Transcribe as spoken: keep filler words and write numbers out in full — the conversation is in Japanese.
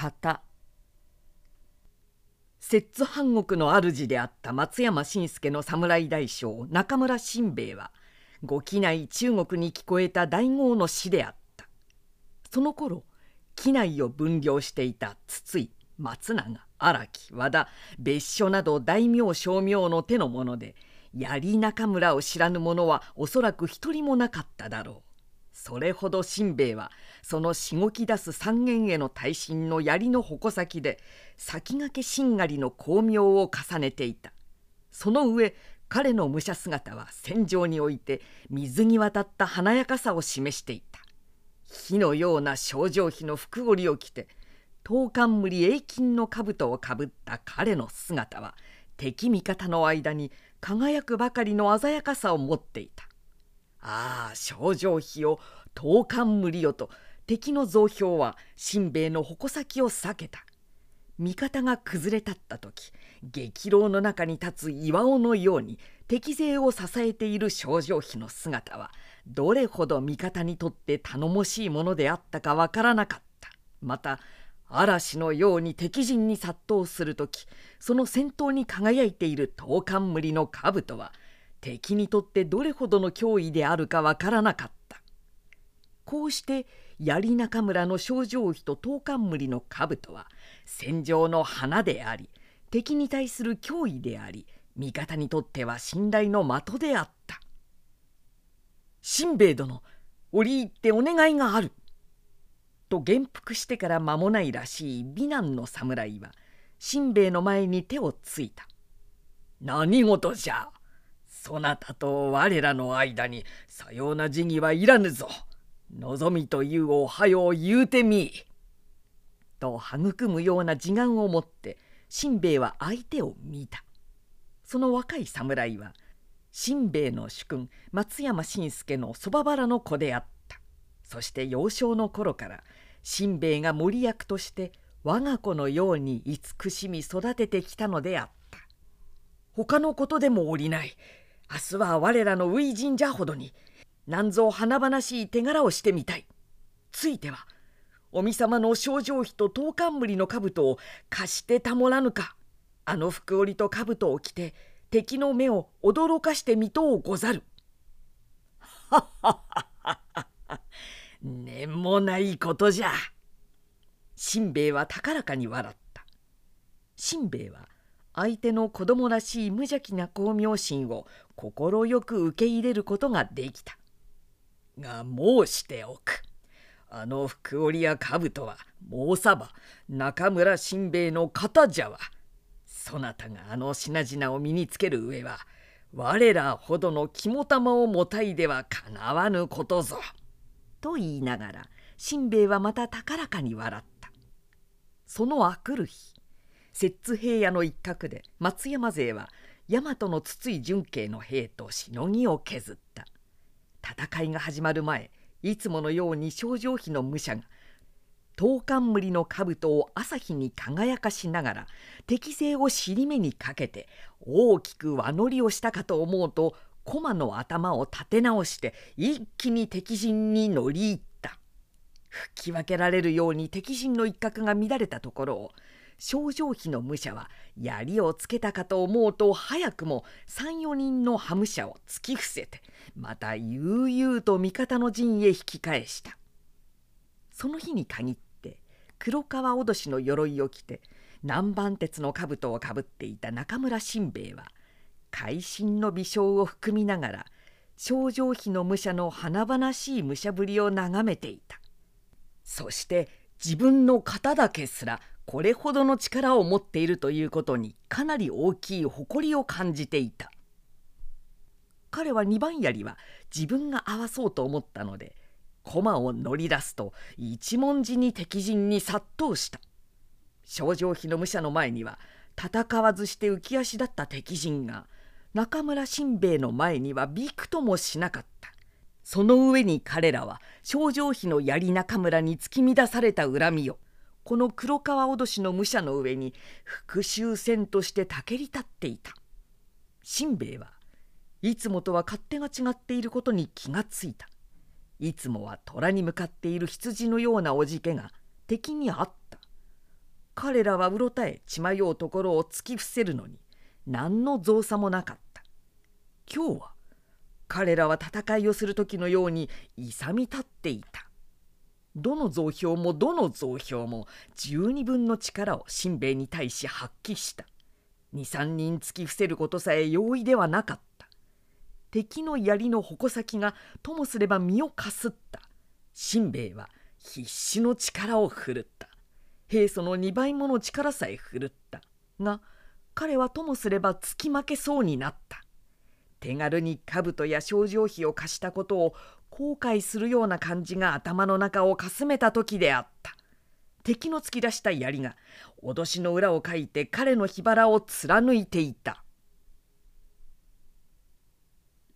型。摂津藩国の主であった松山信介の侍大将中村新兵衛はご畿内中国に聞こえた大号の師であった。その頃畿内を分領していた筒井、松永、荒木、和田、別所など大名小名の手の者で、槍中村を知らぬ者はおそらく一人もなかっただろう。それほど新兵衛はそのしごき出す三軒への大臣の槍の矛先で先駆けしんがりの功名を重ねていた。その上彼の武者姿は戦場において水に渡った華やかさを示していた。火のような章状碑の服織を着て刀冠永金の兜をかぶった彼の姿は敵味方の間に輝くばかりの鮮やかさを持っていた。ああ、章状碑を刀冠よと敵の増票は新兵衛の矛先を避けた。味方が崩れ立った時、激浪の中に立つ岩尾のように敵勢を支えている章状碑の姿はどれほど味方にとって頼もしいものであったかわからなかった。また嵐のように敵陣に殺到する時、その先頭に輝いている刀冠の兜は敵にとってどれほどの脅威であるかわからなかった。こうして槍中村の章状碑と刀冠の兜は戦場の花であり、敵に対する脅威であり、味方にとっては信頼の的であった。新兵衛殿、折り入ってお願いがある。と元服してから間もないらしい美男の侍は新兵衛の前に手をついた。何事じゃ。そなたと我らの間にさような時儀はいらぬぞ。望みというおはよう言うてみ。と育むような自眼を持って新兵衛は相手を見た。その若い侍は新兵衛の主君松山信介のそば腹の子であった。そして幼少の頃から新兵衛が守役として我が子のように慈しみ育ててきたのであった。他のことでもおりない。明日は我らの初神社ほどになんぞ華々しい手柄をしてみたい。ついてはおみさまの章状碑と刀冠の兜を貸してたもらぬか。あの服織と兜を着て敵の目を驚かしてみとうござる。はっはっはっはっ。ねもないことじゃ。新兵衛は高らかに笑った。新兵衛は相手の子供らしい無邪気な功名心を快く受け入れることができた。が申しておく。あの服織や兜は申さば中村新兵衛の型じゃわ。そなたがあの品々を身につける上は我らほどの肝玉をもたいではかなわぬことぞ。と言いながら新兵衛はまた高らかに笑った。そのあくる日、摂津平野の一角で松山勢は大和の筒井順慶の兵としのぎを削った。戦いが始まる前、いつものように章状碑の武者が刀冠の兜を朝日に輝かしながら敵勢を尻目にかけて大きく輪乗りをしたかと思うと、駒の頭を立て直して一気に敵陣に乗り入った。吹き分けられるように敵陣の一角が乱れたところを章状碑の武者は槍をつけたかと思うと、早くも三四人の羽武者を突き伏せてまた悠々と味方の陣へ引き返した。その日に限って黒川おどしの鎧を着て南蛮鉄の兜をかぶっていた中村新兵衛は会心の微笑を含みながら章状碑の武者の華々しい武者ぶりを眺めていた。そして自分の肩だけすらこれほどの力を持っているということにかなり大きい誇りを感じていた。彼は二番槍は自分が合わそうと思ったので駒を乗り出すと一文字に敵陣に殺到した。章状碑の武者の前には戦わずして浮き足だった敵陣が中村新兵衛の前にはびくともしなかった。その上に彼らは章状碑の槍中村に突き乱された恨みをこの黒川おどしの武者の上に復讐戦としてたけり立っていた。新兵衛はいつもとは勝手が違っていることに気がついた。いつもは虎に向かっている羊のようなおじけが敵にあった。 彼らはうろたえ血迷うところを突き伏せるのに何の造作もなかった。今日は彼らは戦いをする時のように勇み立っていた。どの造兵もどの造兵も十二分の力をしんべヱに対し発揮した。二三人突き伏せることさえ容易ではなかった。敵の槍の矛先がともすれば身をかすった。しんべヱは必死の力を振るった。平素の二倍もの力さえ振るった。が彼はともすれば突き負けそうになった。手軽に兜や賞状費を貸したことを後悔するような感じが頭の中をかすめた時であった。敵の突き出した槍が脅しの裏をかいて彼の火腹を貫いていた。